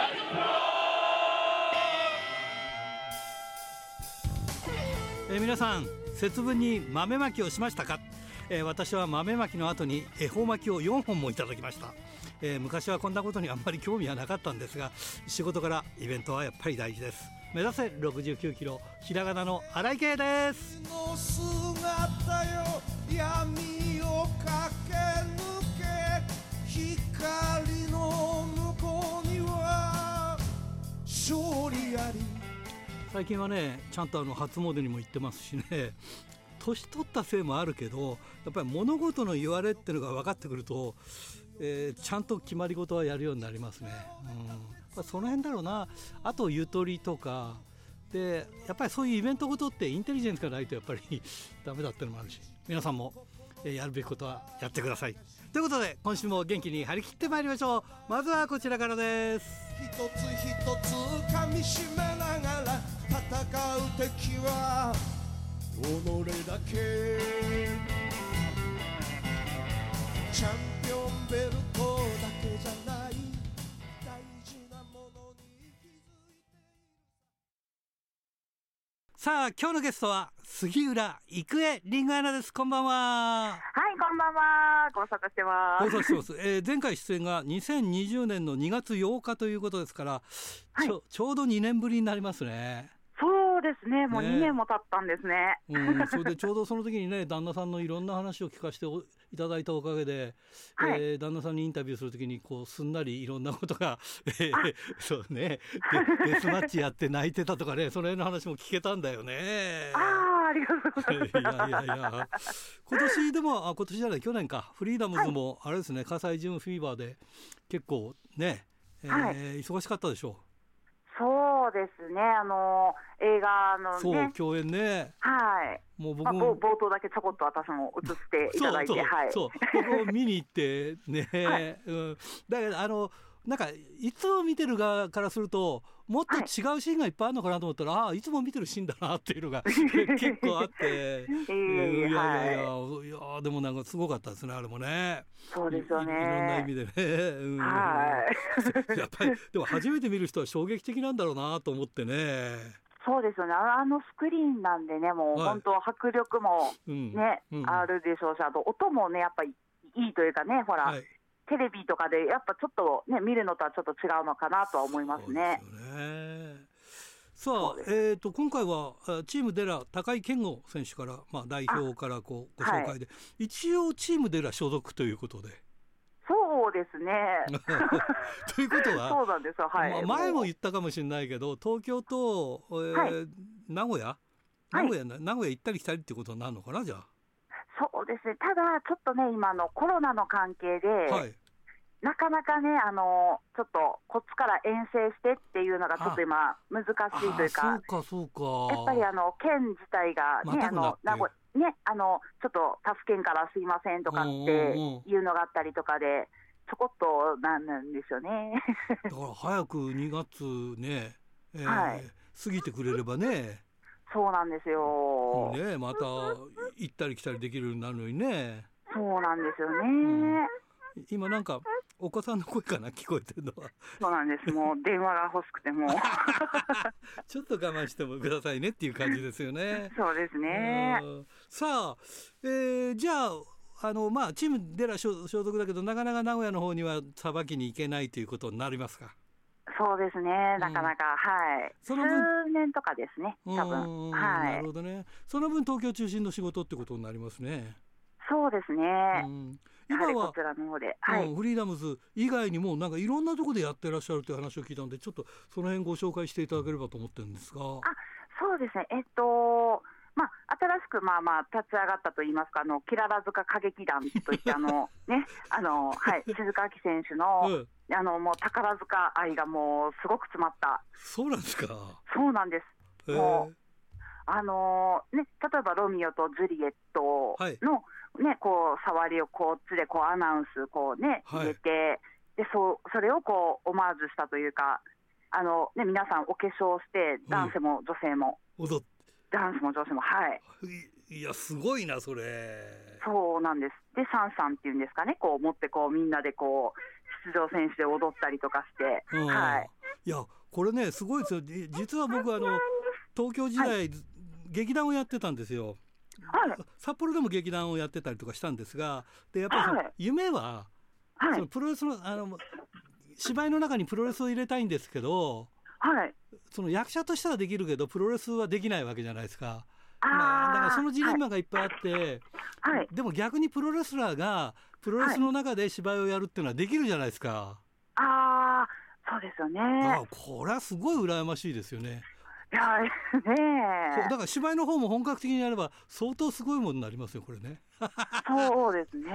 皆さん節分に豆まきをしましたか？私は豆まきの後に恵方巻きを4本もいただきました。昔はこんなことにあんまり興味はなかったんですが、仕事からイベントはやっぱり大事です。目指せ69キロ、ひらがなの荒井圭です。 の姿よ、闇を駆け抜け、光の向こうには勝利あり。 最近はね、ちゃんと初詣にも行ってますしね、年取ったせいもあるけど、やっぱり物事の言われっていうのが分かってくると、ちゃんと決まり事はやるようになりますね。その辺だろうな。あとゆとりとかで、やっぱりそういうイベントごとってインテリジェンスがないとやっぱりダメだっていうのもあるし、皆さんもやるべきことはやってください。ということで今週も元気に張り切ってまいりましょう。まずはこちらからです。 一つ一つ噛みしめながら戦う敵は己だけ。チャンピオンベルトだけじゃない、大事なものに気づいている。 さあ今日のゲストは杉浦郁恵リングアナです。こんばんは。 はい、こんばんは。ご無沙汰してます。 ご無沙汰してます。前回出演が2020年の2月8日ということですから、 はい、 ちょうど2年ぶりになりますね。 そうですね、もう2年も経ったんですね。 それでちょうどその時にね、旦那さんのいろんな話を聞かせていただいたおかげで、 はい、 旦那さんにインタビューする時にこうすんなりいろんなことが、そうね、デスマッチやって泣いてたとかね、その辺の話も聞けたんだよね。 ありがとうございます。 いや今年でも今年じゃない去年か、フリーダムズもあれですね、葛西ジムフィーバーで結構ね、忙しかったでしょう。 そうですね、映画のね、 そう共演ね。 はい、 もう僕も、 冒頭だけちょこっと私も映っていただいて、 そう僕も見に行ってね、だからなんかいつも見てる側からするともっと違うシーンがいっぱいあるのかなと思ったら、いつも見てるシーンだなっていうのが結構あっていやでもなんかすごかったですね、あれもね。 そうですよね、 いろんな意味でね、やっぱりでも初めて見る人は衝撃的なんだろうなと思ってね。 そうですよね、スクリーンなんでね、もう本当迫力もね、あるでしょうし、あと音もねやっぱりいいというかね、ほら、テレビとかでやっぱちょっとね見るのとはちょっと違うのかなとは思いますね。 そうですよね。さあ、今回はチームデラ高井健吾選手から、代表からご紹介で、一応チームデラ所属ということで。 そうですね。 ということは、 そうなんですよ、はい。 前も言ったかもしれないけど、東京と、名古屋行ったり来たりってことになるのかな、じゃあ。 そうですね、ただちょっとね、今コロナの関係で、なかなかね、ちょっとこっちから遠征してっていうのがちょっと今難しいというか、 そうかやっぱり県自体がね、名古屋ね、ちょっと他府県からすいませんとかっていうのがあったりとかで、ちょこっとなんですよね。 だから早く2月ね、過ぎてくれればね。 そうなんですよ。 ね、また行ったり来たりできるようになるのにね。 そうなんですよね。 今なんかお子さんの声かな、聞こえてるのは。そうなんです、もう電話が欲しくてもちょっと我慢してもくださいねっていう感じですよね。 そうですね。 さあ、じゃあチームデラ所属だけど、なかなか名古屋の方にはさばきに行けないということになりますか。 そうですね、なかなか、数年とかですね、多分。 なるほどね。その分東京中心の仕事ってことになりますね。 そうですね。 今はこちらの方で、 フリーダムズ以外にもなんかいろんなところでやってらっしゃるという話を聞いたので、ちょっとその辺ご紹介していただければと思ってるんですが。 そうですね、新しく立ち上がったといいますか、キララ塚歌劇団といって鈴鹿亜希選手の、もう宝塚愛がもうすごく詰まった。 そうなんですか。 そうなんです。もう例えばロミオとジュリエットの、こう触りをこっちでこうアナウンスこうね入れて、でそれをこうオマージュしたというか、皆さんお化粧して男性も女性もダンスも女子も、 いやすごいなそれ。 そうなんです。でサンサンっていうんですかね、こう持ってこうみんなでこう出場選手で踊ったりとかして、 いやこれねすごいですよ。実は僕東京時代、劇団をやってたんですよ。札幌でも劇団をやってたりとかしたんですが、でやっぱりその夢は、そのプロレスの芝居の中にプロレスを入れたいんですけど、その役者としてはできるけどプロレスはできないわけじゃないですか。だからそのジレンマがいっぱいあって、でも逆にプロレスラーがプロレスの中で芝居をやるっていうのはできるじゃないですか。 そうですよね。 これはすごい羨ましいですよね。 いやだから芝居の方も本格的にやれば相当すごいものになりますよこれね。 そうですね。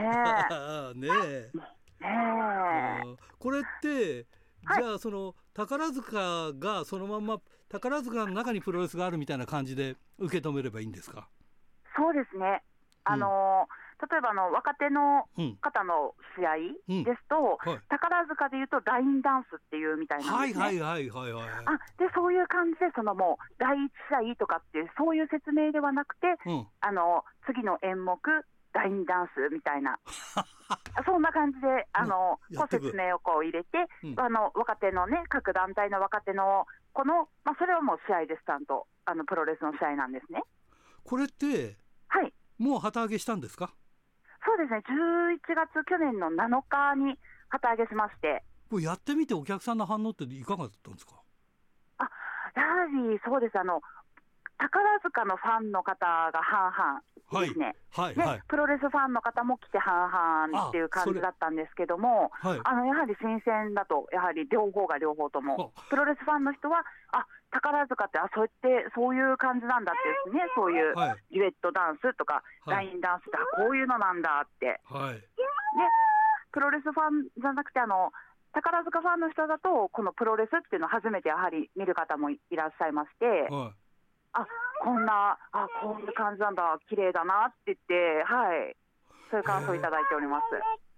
これってじゃあその宝塚がそのまんま宝塚の中にプロレスがあるみたいな感じで受け止めればいいんですか？ そうですね。例えば若手の方の試合ですと、宝塚でいうとラインダンスっていうみたいなんですね。でそういう感じでもう第一試合とかっていうそういう説明ではなくて、次の演目ラインダンスみたいなそんな感じで説明を入れて、若手のね各団体の若手のそれをもう試合でスタントプロレスの試合なんですね。 これってもう旗揚げしたんですか？ そうですね、11月去年の7日に旗揚げしまして。 これやってみてお客さんの反応っていかがだったんですか？ やはりそうです、宝塚のファンの方が半々ですね。プロレスファンの方も来て半々っていう感じだったんですけども、やはり新鮮だと、やはり両方ともプロレスファンの人は宝塚ってそういう感じなんだってですね、そういうデュエットダンスとか、ラインダンスってこういうのなんだって、でプロレスファンじゃなくて宝塚ファンの人だとこのプロレスっていうのを初めてやはり見る方もいらっしゃいまして、こんな感じなんだ、綺麗だなって言って、そういう感想をいただいております。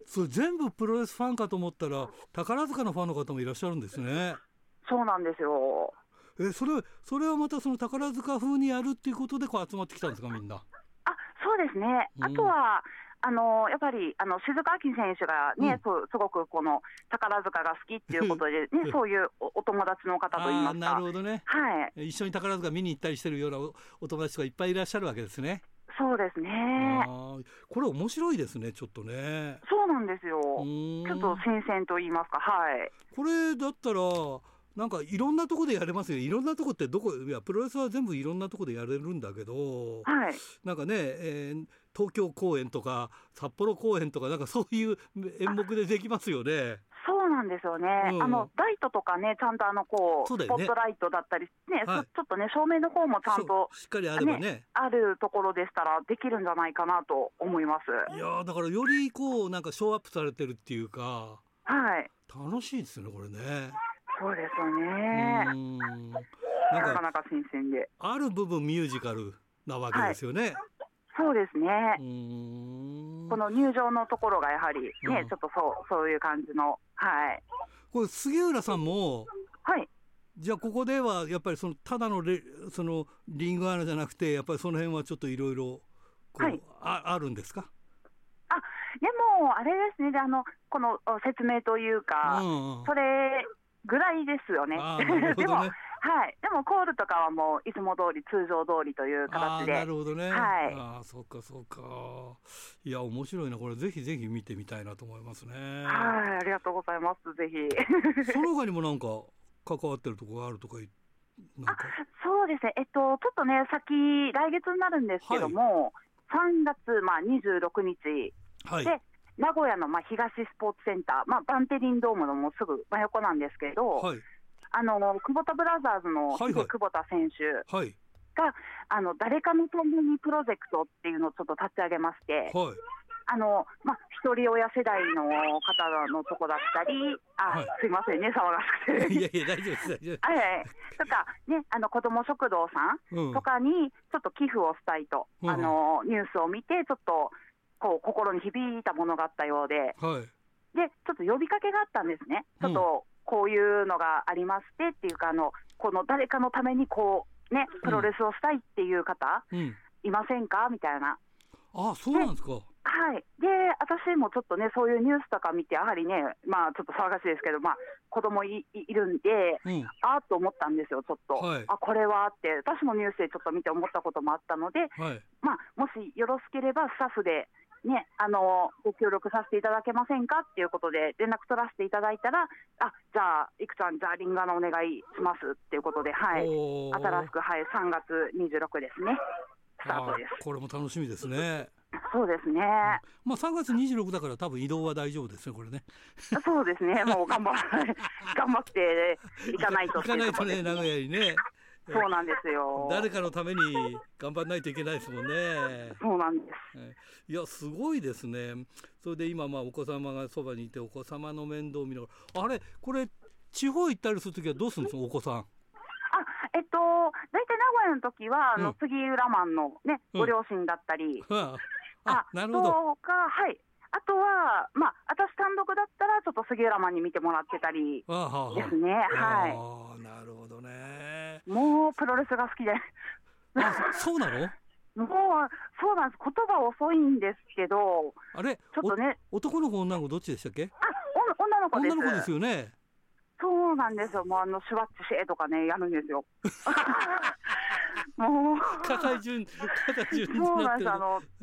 それ全部プロレスファンかと思ったら宝塚のファンの方もいらっしゃるんですね。 そうなんですよ。 それはまたその宝塚風にやるっていうことで集まってきたんですか、みんな？ そうですね。あとはやっぱり静香明選手がね、すごくこの宝塚が好きっていうことでね、そういうお友達の方といいますか。 なるほどね。一緒に宝塚見に行ったりしてるようなお友達がいっぱいいらっしゃるわけですね。 そうですね。 これ面白いですね、ちょっとね。 そうなんですよ。ちょっと新鮮と言いますか。 これだったらなんかいろんなとこでやれますよ。いろんなとこってプロレスは全部いろんなとこでやれるんだけど、なんかね、東京公演とか札幌公演とかなんかそういう演目でできますよね。 そうなんですよね。ライトとかね、ちゃんとスポットライトだったりね、ちょっとね照明の方もちゃんとしっかりあればね、 あるところでしたらできるんじゃないかなと思います。 いやだからよりなんかショーアップされてるっていうか、楽しいですよねこれね。 そうですよね。なかなか新鮮で、 ある部分ミュージカルなわけですよね。 そうですね。この入場のところがやはりね、ちょっとそういう感じの。 これ杉浦さんも、じゃあここではやっぱりただのそのリングアナじゃなくて、やっぱりその辺はちょっといろいろあるんですか？ でもあれですね、この説明というか、それぐらいですよね。でもコールとかはもういつも通り通常通りという形で。 なるほどね。そうか。いや面白いなこれ。ぜひぜひ見てみたいなと思いますね。 ありがとうございます。ぜひ。 その他にもなんか関わってるところがあるとかそうですね。ちょっとね来月になるんですけども、3月26日で名古屋の東スポーツセンター、バンテリンドームのもうすぐ真横なんですけど、久保田ブラザーズの久保田選手が、誰かのためにプロジェクトっていうのをちょっと立ち上げまして、一人親世代の方のとこだったり、すいませんね騒がしくて。 いや大丈夫ですとかね、子ども食堂さんとかにちょっと寄付をしたいと、ニュースを見てちょっと心に響いたものがあったようで、でちょっと呼びかけがあったんですね。ちょっとこういうのがありましてっていうか、この誰かのためにプロレスをしたいっていう方、いませんかみたいな。 そうなんですか。 はい、で私もちょっとね、そういうニュースとか見て、やはりね、まあ、ちょっと騒がしいですけど、まあ、子供いるんで、あーっと思ったんですよ、ちょっと、あ、これはって、私もニュースでちょっと見て思ったこともあったので、まあ、もしよろしければ、スタッフで、ね、ご協力させていただけませんかっていうことで、連絡取らせていただいたら、じゃあ、いくちゃん、じゃあ、リンガーのお願いしますっていうことで、はい、新しく、はい、3月26ですね、スタートです。 これも楽しみですね。 そうですね。 まあ3月26だから多分移動は大丈夫ですね、これね。 そうですね。もう頑張っていかないとっていうところですね。 行かないとね、名古屋にね。 そうなんですよ。 誰かのために頑張らないといけないですもんね。 そうなんです。 いや、すごいですね。それで今お子様がそばにいて、お子様の面倒を見ながら、あれこれ地方行ったりするときはどうするんですか、お子さん。 大体名古屋の時は杉浦マンのね、ご両親だったり。 なるほど。 はい。あとは、まあ、私単独だったら、ちょっと杉浦マンに見てもらってたりですね。はい。 なるほどね。 もうプロレスが好きで。 そうなの？ もう、そうなんです。言葉遅いんですけど。 あれ、 ちょっとね。 男の子、女の子、どっちでしたっけ？ 女の子です。 女の子ですよね。 そうなんですよ。もうシュワッチシェーとかね、やるんですよ。もう肩順そうなんです。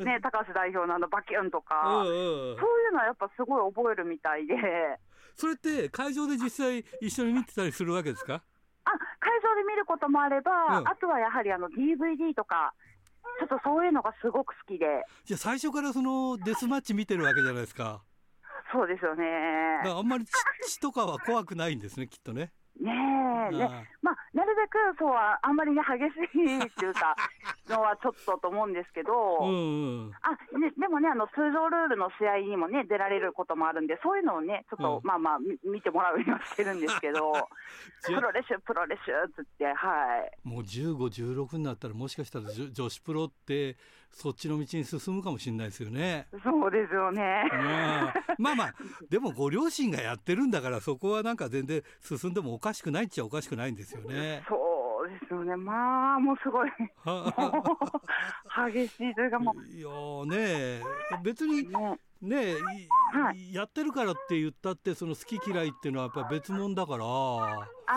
ね、高橋代表のバキュンとか、そういうのはやっぱすごい覚えるみたいで。 それって会場で実際一緒に見てたりするわけですか？ 会場で見ることもあれば、あとはやはりDVD とか、ちょっとそういうのがすごく好きで。 じゃあ最初からそのデスマッチ見てるわけじゃないですか。そうですよね。 あんまり血とかは怖くないんですね、きっとね。 ねえ、まあ、なるべくそうはあんまりね、激しいっていうかのはちょっとと思うんですけど、でもね、通常ルールの試合にもね、出られることもあるんで、そういうのをね、ちょっと、まあまあ見てもらうようにはしてるんですけど、プロレッシュっつって、はい。もう 15、16になったら、もしかしたら女子プロってそっちの道に進むかもしれないですよね。 そうですよね。 まあでもご両親がやってるんだから、そこはなんか全然進んでもおかしくないっちゃおかしくないんですよね。 そうですよね。まあもうすごい激しいというか、もういやね、別にね、やってるからって言ったって、その好き嫌いっていうのはやっぱり別物だから。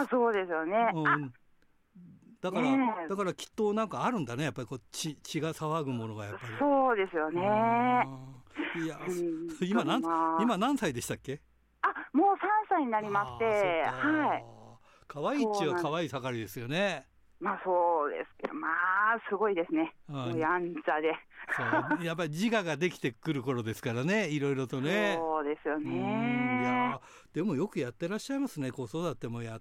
そうですよね。 だからきっとなんかあるんだね、やっぱりこう血が騒ぐものがやっぱり。 そうですよね。 いや、今何歳でしたっけ？ もう3歳になりまして、はい。 可愛いっちは可愛い盛りですよね。 まあそうですけど、まあすごいですね。もうやんちゃで。 そうやっぱり自我ができてくる頃ですからね、いろいろとね。 そうですよね。 いやでもよくやってらっしゃいますね。子育てもやって、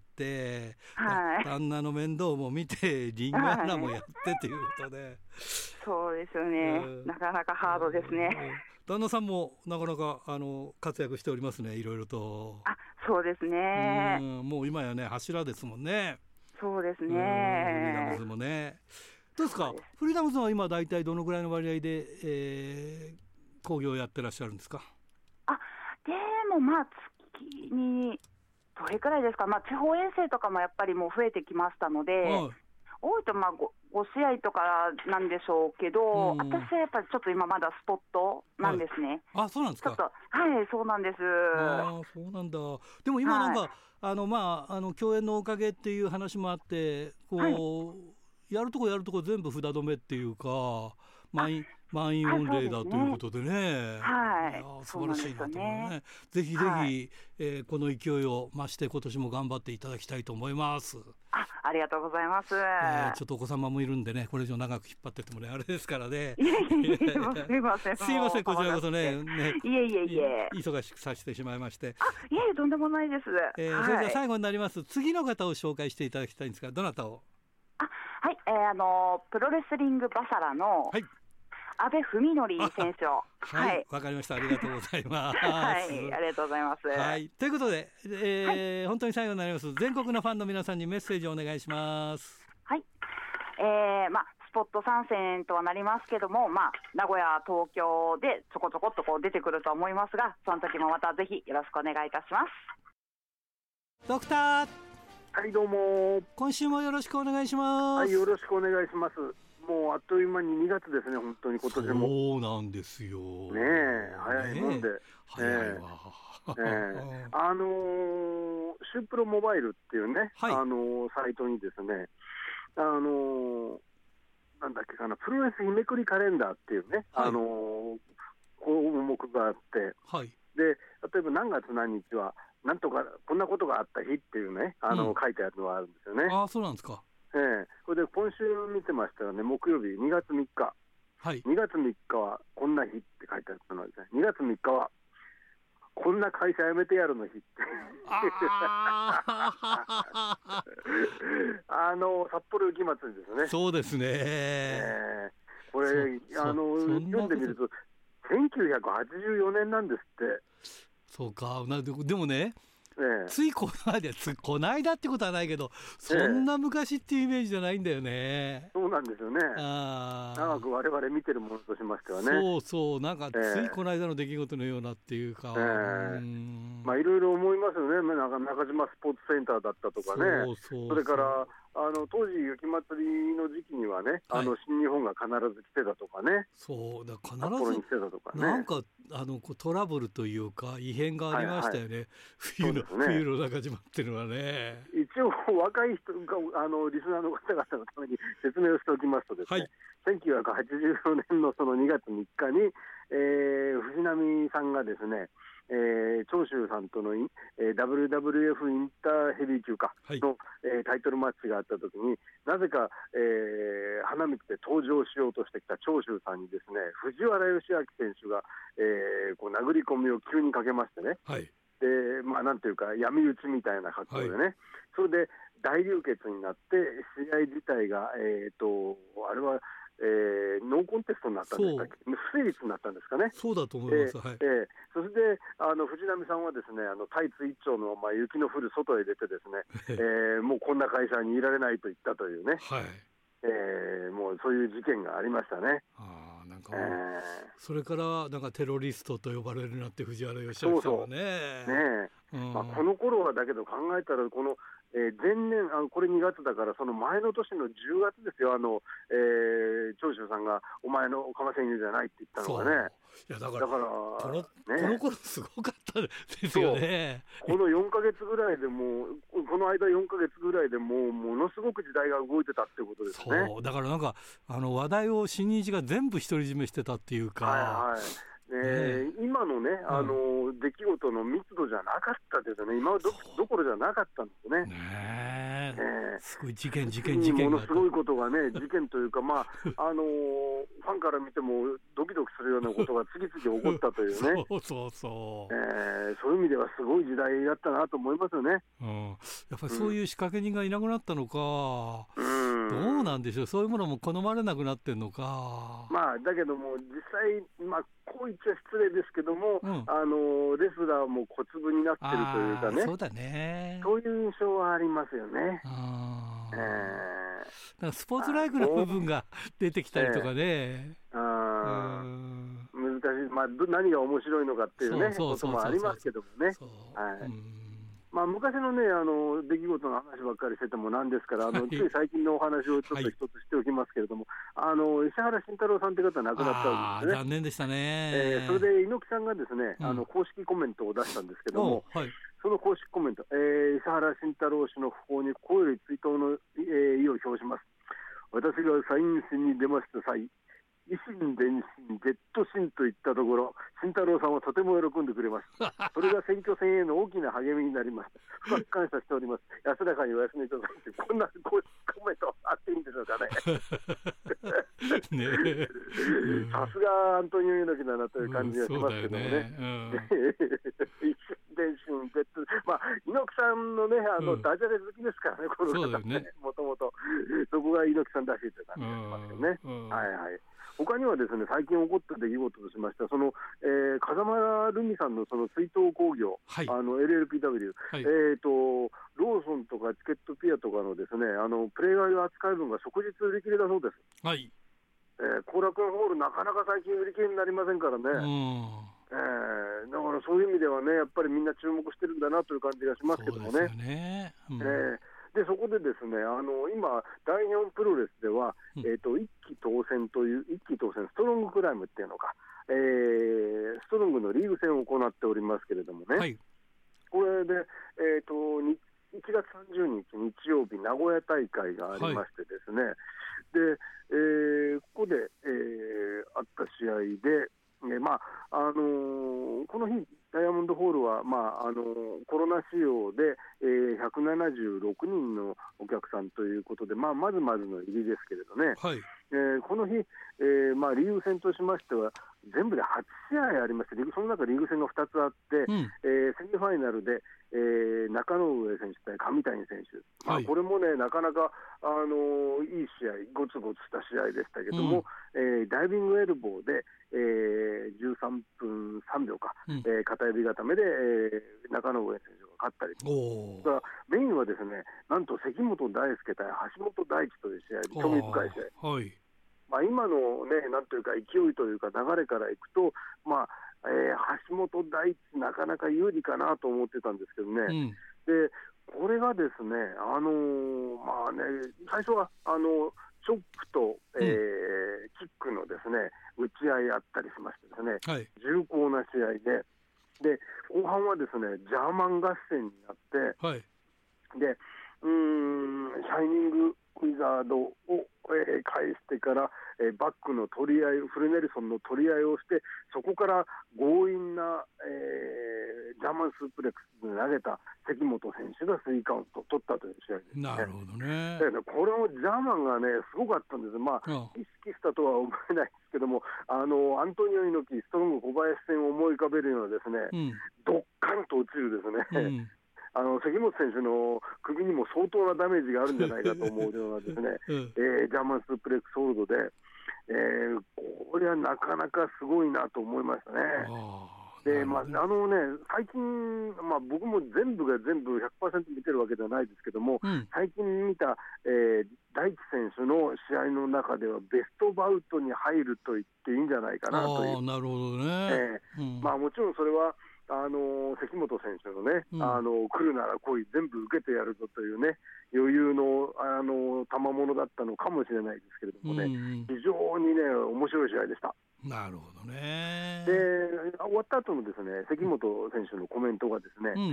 旦那の面倒も見て、リンガーナもやってということで。 そうですよね。なかなかハードですね。 旦那さんもなかなか活躍しておりますね、いろいろと。 そうですね。 もう今やね、柱ですもんね。 そうですね。 フリーダムズもね。どうですか、フリーダムズは今大体どのぐらいの割合で、興行やってらっしゃるんですか？ でもまあ月にどれくらいですか。まあ地方遠征とかもやっぱりもう増えてきましたので、多いとまあ 5試合とかなんでしょうけど、私はやっぱりちょっと今まだスポットなんですね。 そうなんですか。 ちょっとそうなんです。 そうなんだ。でも今なんか、共演のおかげっていう話もあって、こう、やるとこ全部札止めっていうか、満員御礼だということでね。素晴らしいなと思うね。ぜひぜひ、この勢いを増して今年も頑張っていただきたいと思います。 ありがとうございます。ちょっとお子様もいるんでね、これ以上長く引っ張ってってもね、あれですからね。 すいません。 すいません、こちらこそね。 いえ。 忙しくさせてしまいまして。 いえ、とんでもないです。 それでは最後になります。次の方を紹介していただきたいんですが、どなたを？ プロレスリングバサラの阿部文則選手を。 わかりました。ありがとうございます。 ありがとうございます。 ということで、本当に最後になります。全国のファンの皆さんにメッセージをお願いします。 スポット参戦とはなりますけども、名古屋、東京でちょこちょこっとこう出てくると思いますが、その時もまたぜひよろしくお願いいたします。 ドクター。 どうも。 今週もよろしくお願いします。 よろしくお願いします。 もうあっという間に2月ですね、本当に今年も。 そうなんですよ。 ねえ、早いもんで。 早いわ。 シュープロモバイルっていうね、 はい、 サイトにですね、なんだっけかな、プロレス日めくりカレンダーっていうね、はい、項目があって、 はい、 で例えば何月何日はなんとかこんなことがあった日っていうね、書いてあるのがあるんですよね。 ああ、そうなんですか。 これで今週見てましたらね、木曜日2月3日、 はい、 2月3日はこんな日って書いてあったのですね。2月3日はこんな会社辞めてやるの日って札幌雪まつりですね。 そうですね、 これ読んでみると1984年なんですって。 そうか。でもね、ついこの間ってことはないけど、そんな昔っていうイメージじゃないんだよね。 そうなんですよね。長く我々見てるものとしましてはね。 そうそう、なんかついこの間の出来事のようなっていうか、 まあいろいろ思いますよね。なんか中島スポーツセンターだったとかね。それから当時雪まつりの時期にはね、新日本が必ず来てたとかね。 そうだ、必ず来てたとかね。 なんかトラブルというか異変がありましたよね。冬の中島っていうのはね。 一応若い人がリスナーの方々のために説明をしておきますとですね、1984年のその2月3日に、藤波さんがですね、長州さんとの、WWF インターヘビー級の、タイトルマッチがあったときに、なぜか、花道で登場しようとしてきた長州さんにですね、藤原義明選手が、こう殴り込みを急にかけましてね、でなんていうか闇討ちみたいな格好でね、それで大流血になって試合自体が、あれはノーコンテストになったんでしたっけ、不成立になったんですかね。 そうだと思います。それで藤波さんはですね、タイツ一丁のまま雪の降る外へ出てですね、もうこんな会社にいられないと言ったというね、もうそういう事件がありましたね。 なんかそれからなんかテロリストと呼ばれるようになって藤原義明さんはね。 この頃はだけど考えたらこの前年これ2月だからその前の年の10月ですよ。長州さんがお前のおかませんゆじゃないって言ったのがね。 いやだからこの頃すごかったですよね。 この4ヶ月ぐらいでもこの間4ヶ月ぐらいでものすごく時代が動いてたってことですね。 そうだからなんか話題を新日が全部独り占めしてたっていうか。 今のね、出来事の密度じゃなかったですよね。今はどころじゃなかったんですね。 すごい事件ものすごいことがね、事件というか、ファンから見てもドキドキするようなことが次々起こったというね。そういう意味ではすごい時代だったなと思いますよね。 やっぱりそういう仕掛け人がいなくなったのか、どうなんでしょう。そういうものも好まれなくなってるのか。 だけども実際こう言っちゃ失礼ですけども、レスラーも小粒になってるというかね。 そうだね。 そういう印象はありますよね。 なんかスポーツライクな部分が出てきたりとかね。 難しい。何が面白いのかっていうねこともありますけどもね。昔のね出来事の話ばっかりしててもなんですから、つい最近のお話をちょっと一つしておきますけれども、石原慎太郎さんという方が亡くなったわけですね。 残念でしたね。 それで猪木さんがですね、公式コメントを出したんですけども、その公式コメント、石原慎太郎氏の訃報に心より追悼の意を表します。私がサイン誌に出ました際、維新伝心ジェットシンといったところ、慎太郎さんはとても喜んでくれました。それが選挙戦への大きな励みになりました。深く感謝しております。安らかにお休みいただいて、こんな公式コメントあっていいんでしょうかね。さすがアントニオ猪木だなという感じがしますけどもね。維新伝心ジェット、猪木さんのねダジャレ好きですからね、この方ね、もともとそこが猪木さんらしいという感じがしますよね。他にはですね、最近起こった出来事としましては、風間ルミさんのその追悼興行、LLPW、ローソンとかチケットピアとかのですね、プレイヤー扱い分が即日売り切れだそうです。後楽園ホール、なかなか最近売り切れになりませんからね。だからそういう意味ではね、やっぱりみんな注目してるんだなという感じがしますけどもね。 でそこでですね、今、大日本プロレスでは、一期当選という、一期当選ストロングクライムっていうのが、ストロングのリーグ戦を行っておりますけれどもね、はい、これで、1月30日日曜日、名古屋大会がありましてですね、はい、でここで、あった試合で、この日、ダイヤモンドホールは、コロナ仕様で、176人のお客さんということで、まずまずの入りですけれどね、はい、この日、リーグ戦としましては、全部で8試合ありまして、その中リーグ戦が2つあって、セミファイナルで、中野上選手対上谷選手、これもね、なかなかいい試合、ごつごつした試合でしたけども、ダイビングエルボーで、13分3秒か、片指固めで、中野上選手が勝ったりとか、メインはですね、なんと関本大輔対橋本大輝という試合で、興味深い試合。はい、今のね、なんというか、勢いというか、流れからいくと、橋本大輝、なかなか有利かなと思ってたんですけどね、でこれがですね、最初はチョップと、キックのですね打ち合いあったりしましてですね、はい、重厚な試合で、後半はですねジャーマン合戦になって、はい、でシャイニングウィザードを、返してから、バックの取り合い、フルネルソンの取り合いをして、そこから強引な、ジャーマンスープレックスで投げた関本選手が3カウントを取ったという試合ですね。なるほどね。これもジャーマンがねすごかったんです。意識したとは思えないですけども、アントニオ猪木、ストロング小林戦を思い浮かべるようなですね、ドッカンと落ちるですね、関本選手の首にも相当なダメージがあるんじゃないかと思うようなですね、ジャーマンスープレックスホールドで、これはなかなかすごいなと思いましたね。で最近、僕も全部が全部 100% 見てるわけではないですけども、最近見た、大輝選手の試合の中ではベストバウトに入ると言っていいんじゃないかなという。なるほどね。もちろんそれは関本選手のね、来るなら来い、全部受けてやるぞというね、余裕の賜物だったのかもしれないですけれどもね、非常にね、面白い試合でした。なるほどね。で、終わった後のですね、関本選手のコメントがですね、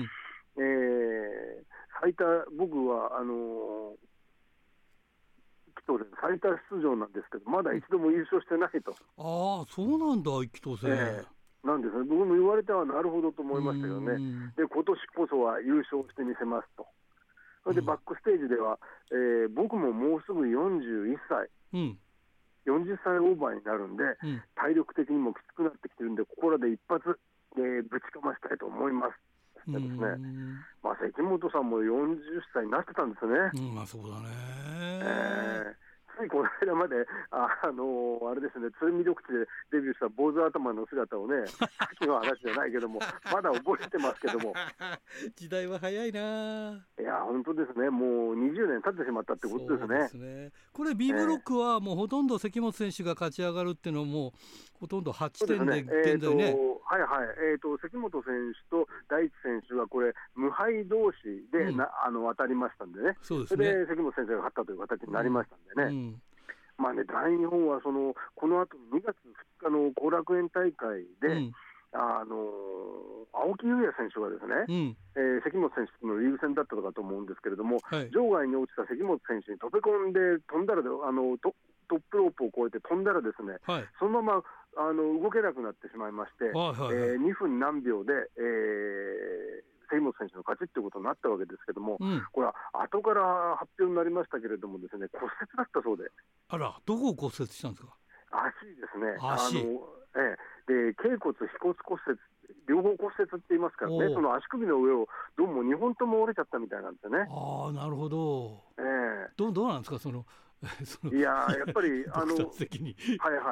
最多、僕は最多出場なんですけど、まだ一度も優勝してないと。ああ、そうなんだ、一等星。なんですね、僕も言われてはなるほどと思いましたよね。で、今年こそは優勝してみせますと。それでバックステージでは、僕ももうすぐ41歳、40歳オーバーになるんで、体力的にもきつくなってきてるんで、ここらで一発、ぶちかましたいと思います。でですね、関本さんも40歳になってたんですね。そうだね。ついこの間まであれですね、鶴見緑地でデビューした坊主頭の姿をね、さっきの話じゃないけども、まだ覚えてますけども、時代は早いな。いや、本当ですね、もう20年経ってしまったってことですね。そうですね。これ、B ブロックはもうほとんど関本選手が勝ち上がるっていうのは、もうほとんど8点で現在ね。はいはい、関本選手と大地選手はこれ、無敗同士で当たりましたんでね、それで関本先生が勝ったという形になりましたんでね。大日本はこの後2月2日の後楽園大会で、青木優也選手がですね、関本選手とのリーグ戦だったのかと思うんですけれども、場外に落ちた関本選手に飛び込んで飛んだらトップロープを越えて飛んだらですね、そのまま動けなくなってしまいまして、2分何秒で、関本選手の勝ちということになったわけですけども、これは後から発表になりましたけれどもですね、骨折だったそうで。あら、どこを骨折したんですか？足ですね。で、脛骨、腓骨骨折、両方骨折って言いますからね、その足首の上をどうも2本とも折れちゃったみたいなんですよね。ああ、なるほど。どうなんですか、いややっぱり復帰に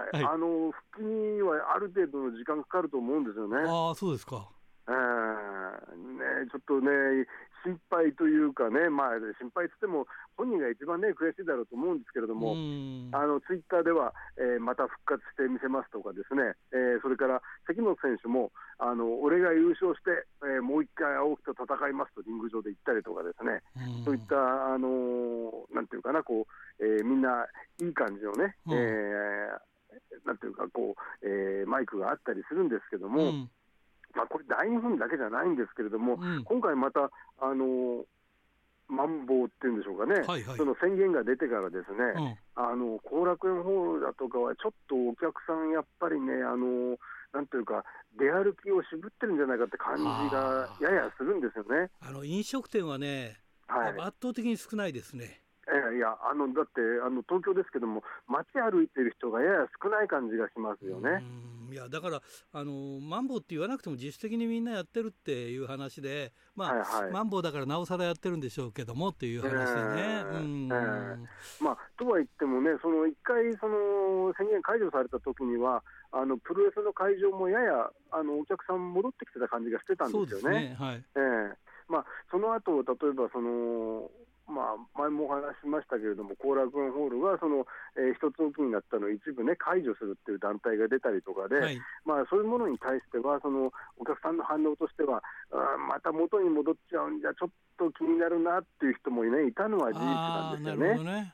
はある程度の時間かかると思うんですよね。ああ、そうですか。ちょっとね、 心配というかね、心配とっても本人が一番ね悔しいだろうと思うんですけれども、ツイッターでは、また復活してみせますとかですね、それから関本選手も俺が優勝して、もう一回青木と戦いますとリング上で言ったりとかですね、そういったなんていうかな、みんないい感じのね、なんていうかマイクがあったりするんですけども、これ大日本だけじゃないんですけれども、今回またマンボウっていうんでしょうかね、その宣言が出てからですね、後楽園ホールだとかはちょっとお客さんやっぱりね、なんというか出歩きを渋ってるんじゃないかって感じがややするんですよね。 飲食店はね、圧倒的に少ないですね。 いやだって東京ですけども、街歩いてる人がやや少ない感じがしますよね。 いやだからマンボウって言わなくても実質的にみんなやってるっていう話で、マンボウだからなおさらやってるんでしょうけどもっていう話でね。 とは言ってもね、その一回その宣言解除された時にはプロレスの会場もややお客さん戻ってきてた感じがしてたんですよね。その後例えば前もお話ししましたけれども、後楽園ホールが一つ大きになったのを一部ね解除するっていう団体が出たりとかで、そういうものに対してはお客さんの反応としてはまた元に戻っちゃうんじゃちょっと気になるなっていう人もねいたのは事実なんですよね。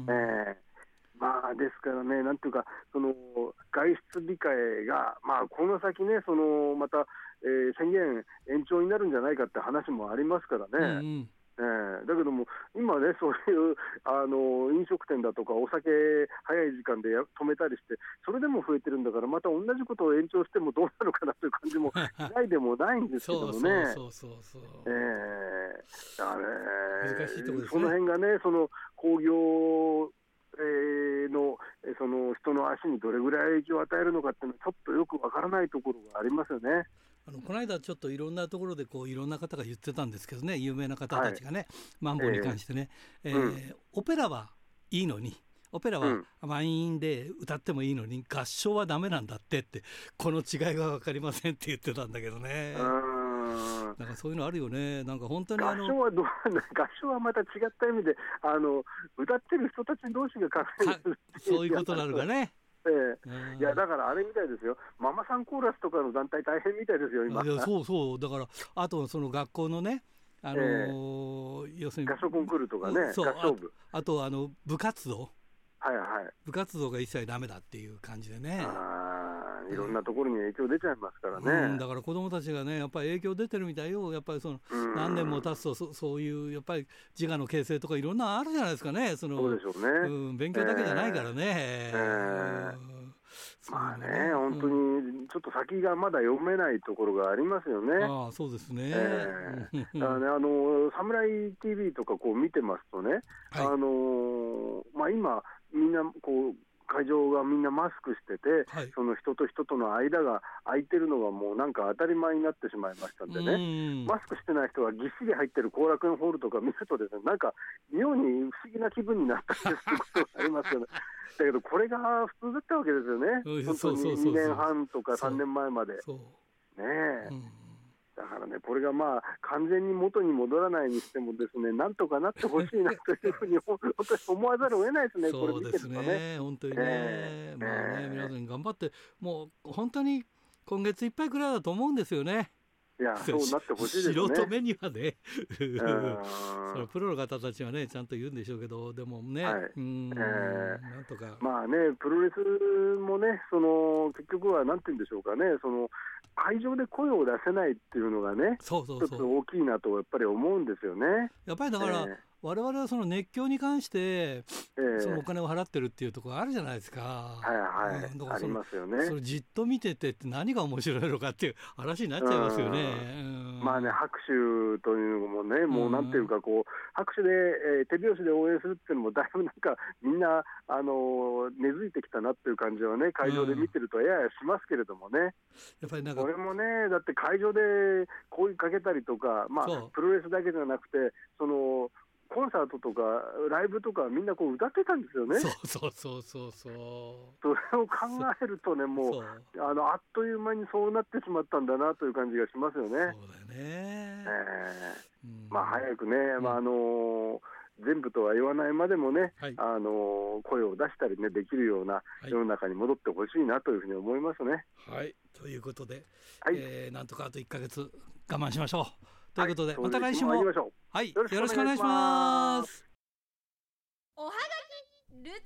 ですからね、なんていうか外出控えがこの先ねまた、宣言延長になるんじゃないかって話もありますからね。だけども今ね、そういう飲食店だとかお酒早い時間で止めたりして、それでも増えてるんだから、また同じことを延長してもどうなのかなという感じもないでもないんですけどもね。だからね、 難しいところですね。 その辺がね、工業の人の足にどれぐらい影響を与えるのかっていうのはちょっとよくわからないところがありますよね。 この間ちょっといろんなところでいろんな方が言ってたんですけどね、有名な方たちがね、マンボウに関してね、オペラはいいのに、オペラは満員で歌ってもいいのに、合唱はダメなんだってこの違いが分かりませんって言ってたんだけどね。なんかそういうのあるよね。なんか本当に合唱は合唱はまた違った意味で歌ってる人たち同士が考えるそういうことなのかね。 いやだからあれみたいですよ、ママさんコーラスとかの団体大変みたいですよ今。 そうだから、あとその学校のね、要するに合唱コンクールとかね、合唱部、 あと部活動が一切ダメだっていう感じでね。 いろんなところに影響出ちゃいますからね。 だから子どもたちがねやっぱり影響出てるみたいよ。やっぱり何年も経つとそういうやっぱり自我の形成とかいろんなあるじゃないですかね。 そうでしょうね。 勉強だけじゃないからね。 本当にちょっと先がまだ読めないところがありますよね。 そうですね。 だからね、サムライ TV とか見てますとね、今みんな会場がみんなマスクしてて、その人と人との間が空いてるのがもうなんか当たり前になってしまいましたんでね、マスクしてない人がぎっしり入ってる後楽園ホールとか見るとですね、なんか妙に不思議な気分になったりすることがありますよね。だけどこれが普通だったわけですよね。本当に2年半とか3年前までね。だからね、これが完全に元に戻らないにしてもですね、なんとかなってほしいなというふうに本当に思わざるを得ないですね。これ見てるとね。 そうですね、本当にね。皆さん頑張って、もう本当に今月いっぱいくらいだと思うんですよね。 いや、そうなってほしいですね。 素人目にはねそのプロの方たちはねちゃんと言うんでしょうけど、でもね、なんとかプロレスもね結局はなんて言うんでしょうかね、会場で声を出せないっていうのがね、一つ大きいなとやっぱり思うんですよね。 やっぱりだから、我々はその熱狂に関して、そのお金を払ってるっていうところあるじゃないですか。 ありますよね。 それじっと見ててって何が面白いのかっていう話になっちゃいますよね。 拍手というのもね、もうなんていうか拍手で、手拍子で応援するっていうのもだいぶなんかみんな根付いてきたなっていう感じはね、会場で見てるとややしますけれどもね。 やっぱりなんかこれもね、だって会場で声かけたりとか、プロレスだけじゃなくてコンサートとかライブとかみんなこう歌ってたんですよね。 そうそれを考えるとね、もうあっという間にそうなってしまったんだなという感じがしますよね。 そうだよね。 早くね、全部とは言わないまでもね、はい、声を出したりねできるような世の中に戻ってほしいなというふうに思いますね。 はい、ということで、はい、なんとかあと1ヶ月我慢しましょうということで、はい、また来週も、はい、よろしくお願いします。 おはがきルチャリ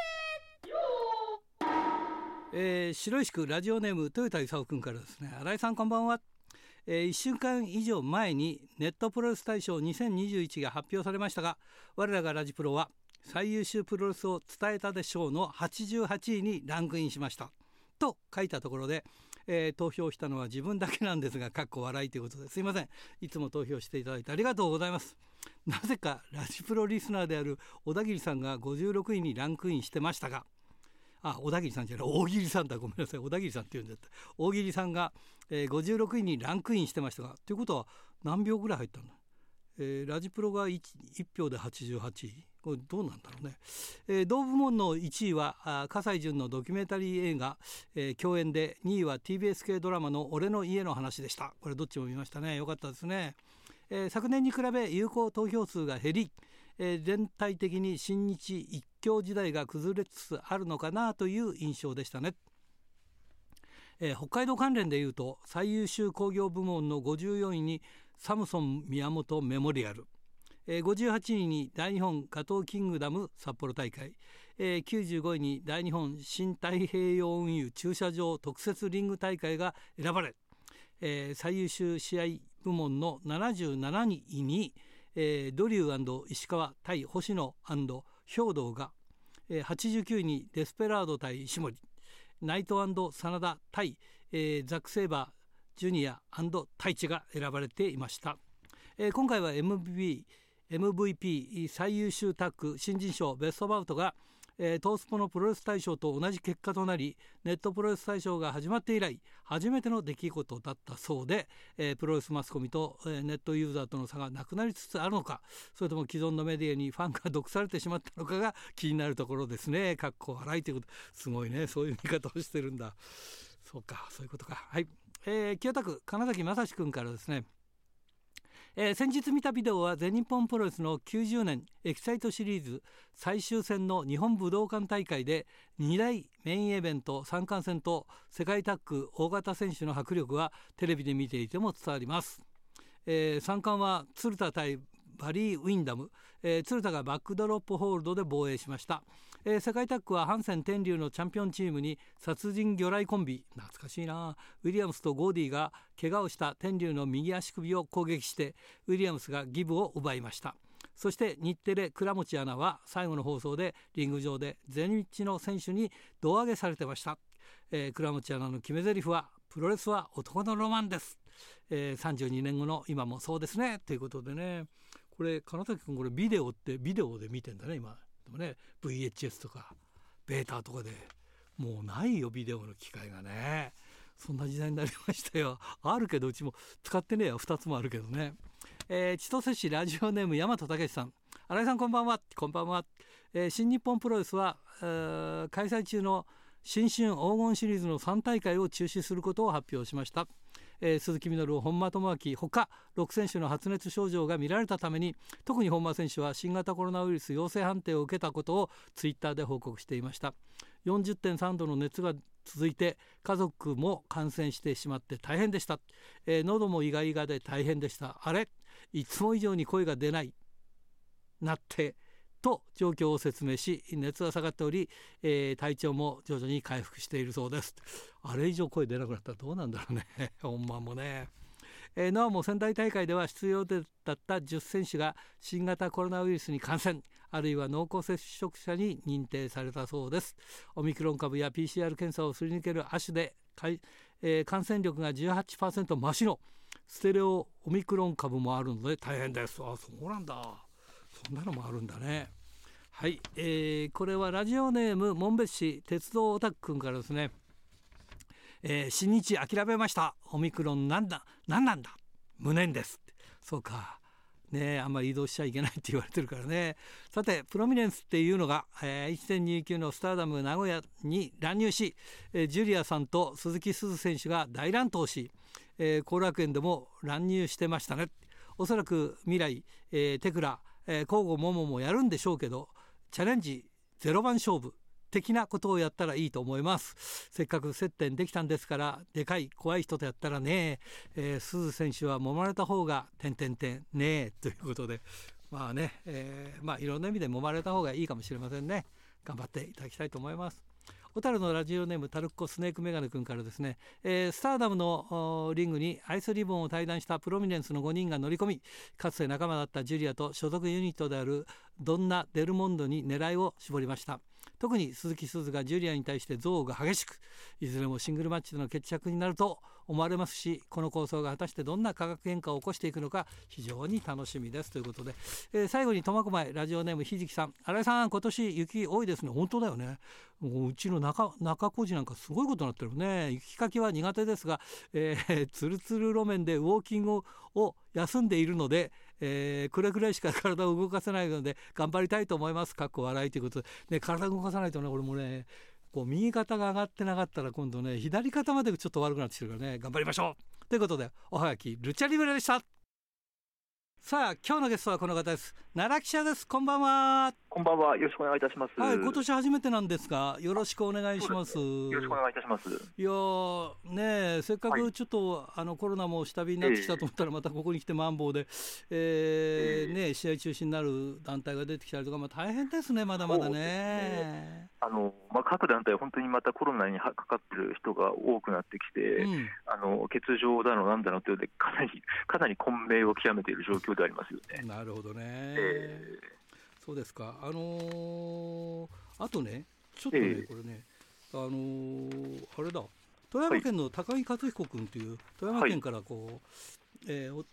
ブレ白石区ラジオネーム豊田勲君からですね。新井さんこんばんは。1週間以上前にネットプロレス大賞2021が発表されましたが、我らがラジプロは最優秀プロレスを伝えたで賞の88位にランクインしましたと書いたところで、投票したのは自分だけなんですが、かっこ笑いということで、すいません。いつも投票していただいてありがとうございます。なぜかラジプロリスナーである小田切さんが56位にランクインしてましたが、小田切さんじゃない、大喜利さんだ、ごめんなさい、小田切さんって言うんだった。大喜利さんが、56位にランクインしてましたが、ということは何秒ぐらい入ったんだ。ラジプロが 1票で88位、これどうなんだろうね。同部門の1位は葛西潤のドキュメンタリー映画、共演で、2位は TBS 系ドラマの俺の家の話でした。これどっちも見ましたね。よかったですね。昨年に比べ有効投票数が減り、全体的に新日一強時代が崩れつつあるのかなという印象でしたね。北海道関連でいうと、最優秀工業部門の54位にサムソン宮本メモリアル、58位に大日本ガトーキングダム札幌大会、95位に大日本新太平洋運輸駐車場特設リング大会が選ばれ、最優秀試合部門の77位に、ドリュー&石川対星野&兵藤が、89位にデスペラード対石森、ナイト&真田対、ザック・セイバージュニア&太一が選ばれていました。今回は MVP 最優秀タッグ新人賞ベストバウトが、トースポのプロレス大賞と同じ結果となり、ネットプロレス大賞が始まって以来初めての出来事だったそうで、プロレスマスコミと、ネットユーザーとの差がなくなりつつあるのか、それとも既存のメディアにファンが毒されてしまったのかが気になるところですね。かっこ笑いということ、すごいね、そういう見方をしてるんだ。そうか、そういうことか。はい、清田区金崎正史君からですね。先日見たビデオは全日本プロレスの90年エキサイトシリーズ最終戦の日本武道館大会で、2大メインイベント三冠戦と世界タッグ大型選手の迫力はテレビで見ていても伝わります。三冠は鶴田対バリー・ウィンダム、鶴田がバックドロップホールドで防衛しました。世界タッグはハンセン天竜のチャンピオンチームに殺人魚雷コンビ、懐かしいな、ウィリアムスとゴーディが怪我をした天竜の右足首を攻撃して、ウィリアムスがギブを奪いました。そして日テレ倉持アナは最後の放送でリング上で全日の選手に胴上げされてました。倉持アナの決め台詞は、プロレスは男のロマンです。32年後の今もそうですねということでね。これ金崎君、これビデオってビデオで見てんだね今でもね。 VHS とかベータとかでもうないよ、ビデオの機会がね。そんな時代になりましたよ。あるけどうちも使ってねえよ、2つもあるけどね。千歳市ラジオネーム大和武さん、新井さんこんばんは。こんばんは。新日本プロレスは開催中の新春黄金シリーズの3大会を中止することを発表しました。鈴木みのる、本間智明ほか6選手の発熱症状が見られたために、特に本間選手は新型コロナウイルス陽性判定を受けたことをツイッターで報告していました。 40.3 度の熱が続いて、家族も感染してしまって大変でした。喉もイガイガで大変でした。あれ、いつも以上に声が出ないなってと状況を説明し、熱は下がっており、体調も徐々に回復しているそうです。あれ以上声出なくなったらどうなんだろうね本番もね。なおも仙台大会では出場だった10選手が新型コロナウイルスに感染、あるいは濃厚接触者に認定されたそうです。オミクロン株や PCR 検査をすり抜ける亜種で、感染力が 18% 増しのステレオオミクロン株もあるので大変です。あ、そうなんだ、そんなのもあるんだね。はい、これはラジオネーム紋別市鉄道オタク君からですね。新日諦めました。オミクロンなんなんだ無念です。そうか、 ね、あんまり移動しちゃいけないって言われてるからね。さてプロミネンスっていうのが、1.29 のスターダム名古屋に乱入し、ジュリアさんと鈴木鈴選手が大乱闘し、後楽園でも乱入してましたね。おそらく未来、テクラ、交互モモもやるんでしょうけど、チャレンジ0番勝負的なことをやったらいいと思います。せっかく接点できたんですから、でかい怖い人とやったらね、鈴選手は揉まれた方がねということで、まあね、いろんな意味で揉まれた方がいいかもしれませんね。頑張っていただきたいと思います。小樽のラジオネームタルッコスネークメガネ君からですね、スターダムのリングにアイスリボンを対談したプロミネンスの5人が乗り込み、かつて仲間だったジュリアと所属ユニットであるドンナ・デルモンドに狙いを絞りました。特に鈴木鈴がジュリアに対して憎悪が激しく、いずれもシングルマッチでの決着になると思われますし、この構想が果たしてどんな化学変化を起こしていくのか非常に楽しみですということで、最後に苫小牧ラジオネームひじきさん、新井さん今年雪多いですね。本当だよね。うちの中小路なんかすごいことになってるね。雪かきは苦手ですが、ツルツル路面でウォーキングを休んでいるので、これくらいしか体を動かせないので頑張りたいと思います。かっこ笑いということで、ね、体を動かさないとね、俺もね、こう右肩が上がってなかったら今度ね、左肩までちょっと悪くなってきてるからね、頑張りましょうということで、おはがきルチャリブレでした。さあ今日のゲストはこの方です。奈良記者です。こんばんは。 こんばんは。よろしくお願いいたします。 はい、今年初めてなんですがよろしくお願いします。 よろしくお願いいたします。 いやね、せっかくちょっと、コロナも下火になってきたと思ったら、またここに来てマンボウで、ね、試合中止になる団体が出てきたりとか、大変ですね、まだまだね。 各団体本当にまたコロナにかかってる人が多くなってきて、欠場だのなんだのというのでかなり混迷を極めている状況でありますよね。 なるほどね、そうですか。あとね、ちょっとね、これね、あれだ、富山県の高木克彦君という富山県からこう、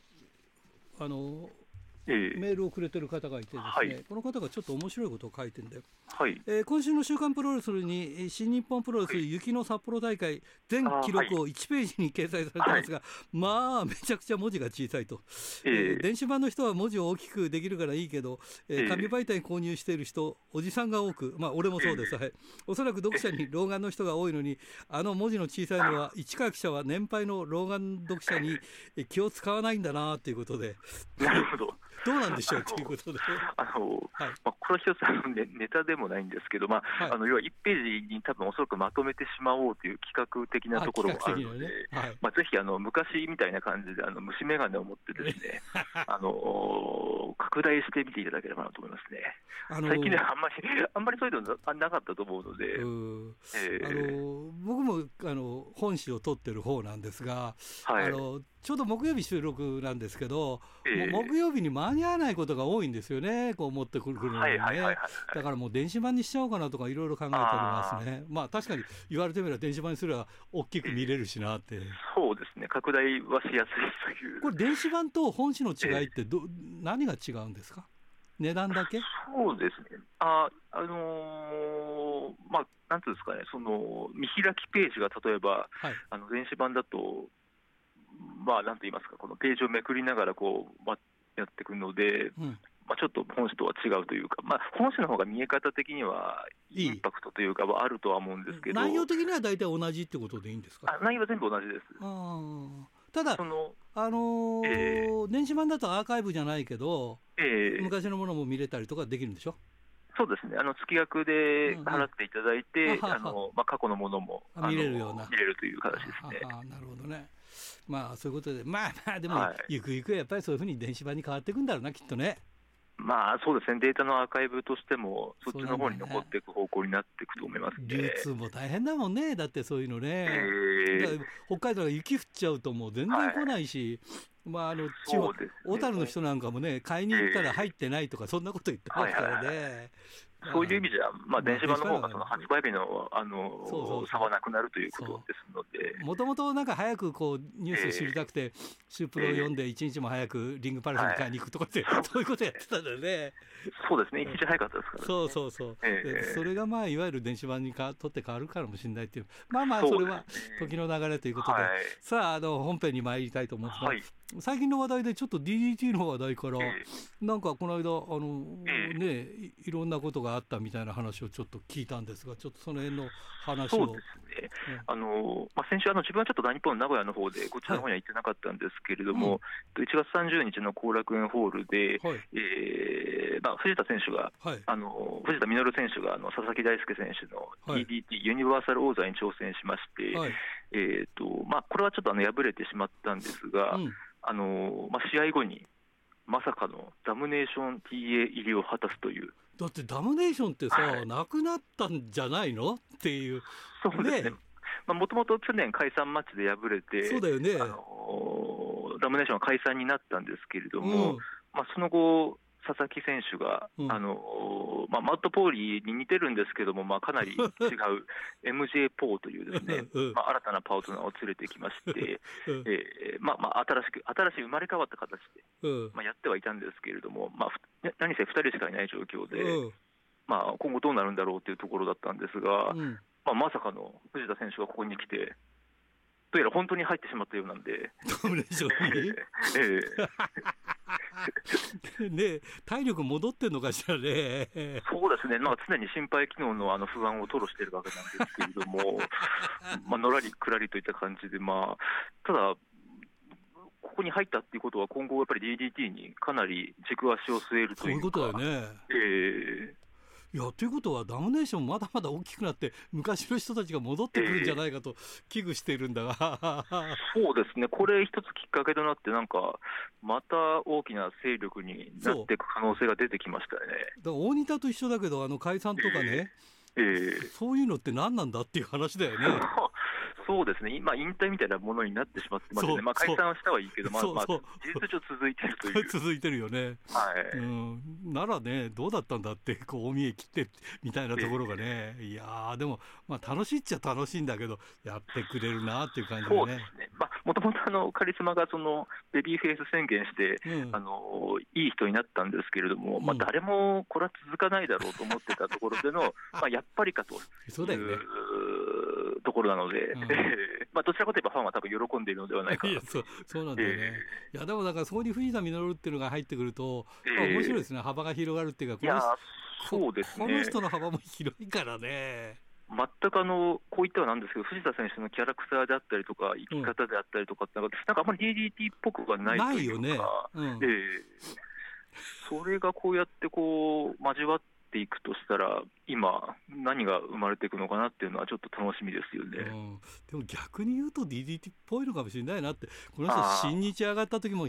メールをくれてる方がいてですね、この方がちょっと面白いことを書いてるんで、今週の週刊プロレスに新日本プロレス雪の札幌大会全記録を1ページに掲載されてますが、めちゃくちゃ文字が小さいと、電子版の人は文字を大きくできるからいいけど、紙媒体購入している人おじさんが多く、俺もそうです、おそらく読者に老眼の人が多いのに、文字の小さいのは市川記者は年配の老眼読者に気を使わないんだなということで、 なるほど、 どうなんでしょうということで、 これ一つネタでもないんですけど、要は1ページに多分おそらくまとめてしまおうという企画的なところもあるので、ぜひ昔みたいな感じで虫眼鏡を持ってですね拡大してみていただければなと思いますね。最近ではあんまりそういうのなかったと思うので、 僕も本誌を取ってる方なんですが、ちょうど木曜日収録なんですけど、木曜日に間に合わないことが多いんですよね、こう持ってくるのにね。だからもう電子版にしちゃおうかなとかいろいろ考えておりますね。確かに言われてみれば電子版にすれば大きく見れるしなって。 そうですね、拡大はしやすいという。 これ電子版と本誌の違いって何が違うんですか？値段だけ？ そうですね。なんていうんですかね、その見開きページが例えば、電子版だとなんと言いますか、このページをめくりながらやっていくので、ちょっと本誌とは違うというか、本誌の方が見え方的にはインパクトというかはあるとは思うんですけど、 内容的には大体同じってことでいいんですか？ 内容は全部同じです。 ただ電子版だとアーカイブじゃないけど、昔のものも見れたりとかできるんでしょ？ そうですね、月額で払っていただいて、過去のものも見れるような、 見れるという形ですね。 なるほどね。そういうことで、でも、ゆくゆくやっぱりそういうふうに電子版に変わっていくんだろうな、きっとね。 そうですね、データのアーカイブとしてもそっちの方に残っていく方向になっていくと思いますね。 流通も大変だもんね、だってそういうのね。北海道が雪降っちゃうともう全然来ないし、小樽の人なんかもね、買いに行ったら入ってないとかそんなこと言ってますからね。 そういう意味じゃ、電子版の方がその発売日の差はなくなるということですので、 もともとなんか早くニュースを知りたくて、シュープロを読んで一日も早くリングパレスに買いに行くとかって、そういうことやってたんだよね。 そうですね、一日早かったですからね。 そう、それがいわゆる電子版にとって変わるかもしれないっていう、それは時の流れということで、さあ本編に参りたいと思いますが、 最近の話題でちょっと DDT の話題から、なんかこの間ね、いろんなことがあったみたいな話をちょっと聞いたんですが、ちょっとその辺の話を。 そうですね、先週自分はちょっと大日本の名古屋の方でこちらの方には行ってなかったんですけれども、1月30日の後楽園ホールで、藤田選手が、藤田実選手が佐々木大輔選手の DDT、ユニバーサル王座に挑戦しまして、これはちょっと敗れてしまったんですが、試合後にまさかのダムネーション TA 入りを果たすという。 だってダムネーションってさ、なくなったんじゃないのっていう。 そうですね、もともと去年解散マッチで敗れて、 そうだよね、 ダムネーションは解散になったんですけれども、その後佐々木選手が、マット・ポーリーに似てるんですけども、かなり違うMJ ポーというですね、新たなパートナーを連れてきまして、新しい生まれ変わった形で、やってはいたんですけれども、何せ2人しかいない状況で、今後どうなるんだろうというところだったんですが、まさかの藤田選手がここに来て、どうやら本当に入ってしまったようなんで。 ダムネーションにね、体力戻ってんのかしらね。 そうですね、常に心肺機能の不安を吐露しているわけなんですけれども、のらりくらりといった感じで、ただ、ここに入ったっていうことは、今後、やっぱり DDT にかなり軸足を据えるというか。 そういうことだよね。いやということはダムネーションまだまだ大きくなって昔の人たちが戻ってくるんじゃないかと危惧しているんだが、 そうですね、これ一つきっかけとなってまた大きな勢力になっていく可能性が出てきましたよね。 だから大仁田と一緒だけど解散とかね、そういうのって何なんだっていう話だよね。 そうですね、今、引退みたいなものになってしまってますね、解散はしたはいいけど、事実上続いてるという。 続いてるよね、ならね、どうだったんだって、大見え切ってみたいなところがね、いやでも、楽しいっちゃ楽しいんだけど、やってくれるなっていう感じでね。 そうですね、もともとカリスマがベビーフェイス宣言して、いい人になったんですけれども、誰もこれは続かないだろうと思ってたところでの、やっぱりかというところなので。どちらかといえばファンは多分喜んでいるのではないかな。 そうなんだよね。いやでもそこに藤田実っていうのが入ってくると、面白いですね。幅が広がるっていうか、 そうですね、 この人の幅も広いからね。 全くこう言ってはなんですけど、藤田選手のキャラクターであったりとか生き方であったりとかってあんまり DDT っぽくはないというか、それがこうやって交わっていくとしたら、今何が生まれていくのかなっていうのはちょっと楽しみですよね。 でも逆に言うと DDT っぽいのかもしれないなって、この人新日上がった時も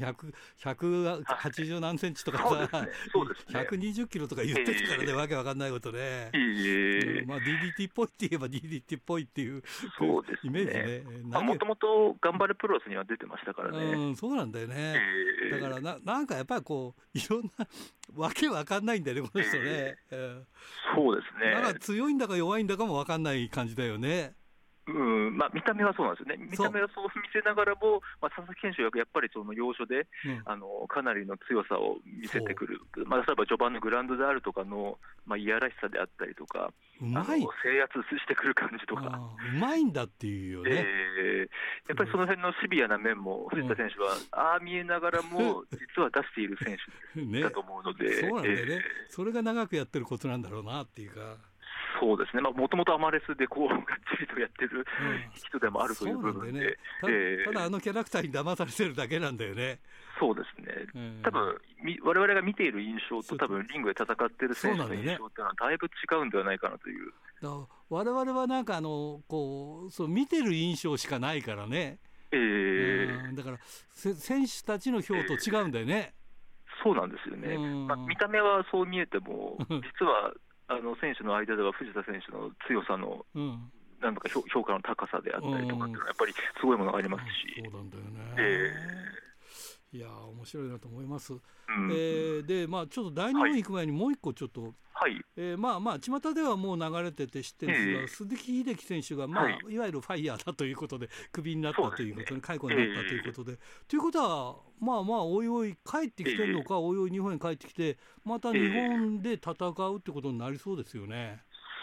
180何センチとかさ、120キロとか言ってたからね、わけわかんないことね。DDT っぽいって言えば DDT っぽいっていうイメージね。 もともと頑張れプロレスには出てましたからね。 そうなんだよね。だからなんかやっぱりいろんなわけわかんないんだよね、この人ね。 そうですね。 だから強いんだか弱いんだかも分かんない感じだよね。 見た目はそうなんですよね。見た目はそう見せながらも、佐々木選手がやっぱり要所で、かなりの強さを見せてくる。例えば序盤のグラウンドであるとかの、いやらしさであったりとか、制圧してくる感じとか。 うまいんだっていうよね。 やっぱりその辺のシビアな面も藤田選手は見えながらも実は出している選手だと思うので、 そうなんだよね。それが長くやってることなんだろうなっていうか。 そうですね、もともとアマレスでがっちりとやってる人でもあるという部分で、 ただキャラクターに騙されてるだけなんだよね。 そうですね、多分我々が見ている印象と多分リングで戦っている選手の印象っていうのはだいぶ違うんではないかなという。 我々はなんか見てる印象しかないからね。だから選手たちの票と違うんだよね。 そうなんですよね。見た目はそう見えても実は選手の間では藤田選手の強さの、なんとか評価の高さであったりとかっていうのはやっぱりすごいものがありますし。 そうなんだよね。いや面白いなと思います。でちょっと第2問行く前にもう一個ちょっと、巷ではもう流れてて知ってるんですが、鈴木秀樹選手が、いわゆるファイヤーだということでクビになったということで、解雇になったということで、ということはおいおい帰ってきてるのか、おいおい日本に帰ってきてまた日本で戦うってことになりそうですよね。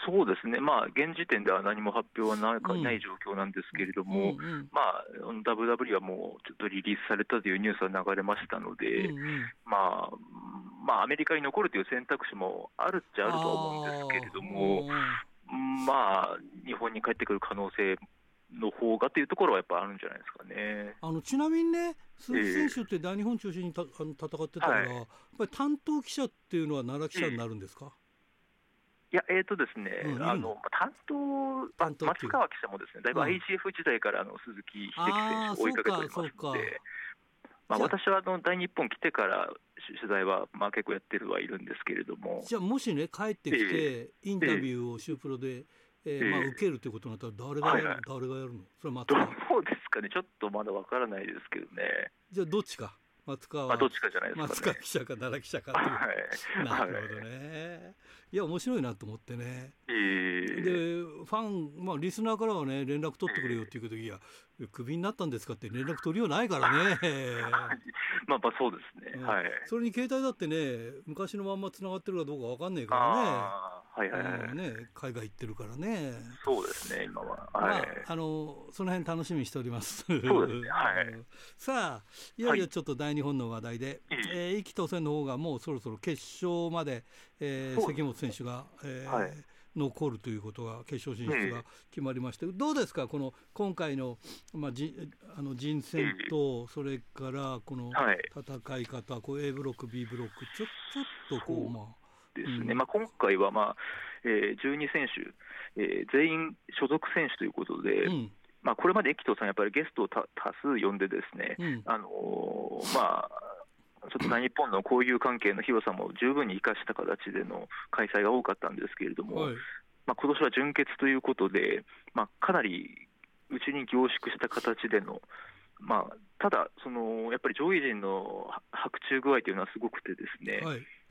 そうですね、現時点では何も発表はない状況なんですけれども、WWE はもうちょっとリリースされたというニュースが流れましたので、アメリカに残るという選択肢もあるっちゃあるとは思うんですけれども、日本に帰ってくる可能性の方がというところはやっぱあるんじゃないですかね。 ちなみにね、鈴木選手って大日本中心に戦ってたから、やっぱり担当記者っていうのは奈良記者になるんですか？ いや、ですね、担当、松川記者もですね、だいぶ IGF 時代から鈴木秀樹選手を追いかけておりますので、私は大日本来てから取材は結構やってはいるんですけれども。 じゃあ、もしね、帰ってきて、インタビューをシュープロで、受けるということになったら誰がやるの？それは松川。 どうですかね、ちょっとまだわからないですけどね。 じゃあ、どっちか。松川、 どっちかじゃないですかね。 松川記者か奈良記者かっていう、なるほどね。いや面白いなと思ってね。でファン、リスナーからはね連絡取ってくれよっていうけど、いやクビになったんですかって連絡取りようないからね。 そうですね、 それに携帯だってね昔のまんまつながってるかどうかわかんないからね。海外行ってるからね。 そうですね、今は。 その辺楽しみにしております。 そうですね。 さあいよいよちょっと大日本の話題で、壱岐当選の方がもうそろそろ決勝まで、関本選手が、残るということが決勝進出が決まりまして、どうですかこの今回の、人選とそれからこの戦い方、A ブロック B ブロックちょっとこうですね。今回は12選手、全員所属選手ということで、これまで駅頭さんやっぱりゲストを多数呼んでですね、ちょっと日本の交友関係の広さも十分に生かした形での開催が多かったんですけれども、今年は準決ということで、かなりうちに凝縮した形での、ただやっぱり上位陣の白昼具合というのはすごくてですね、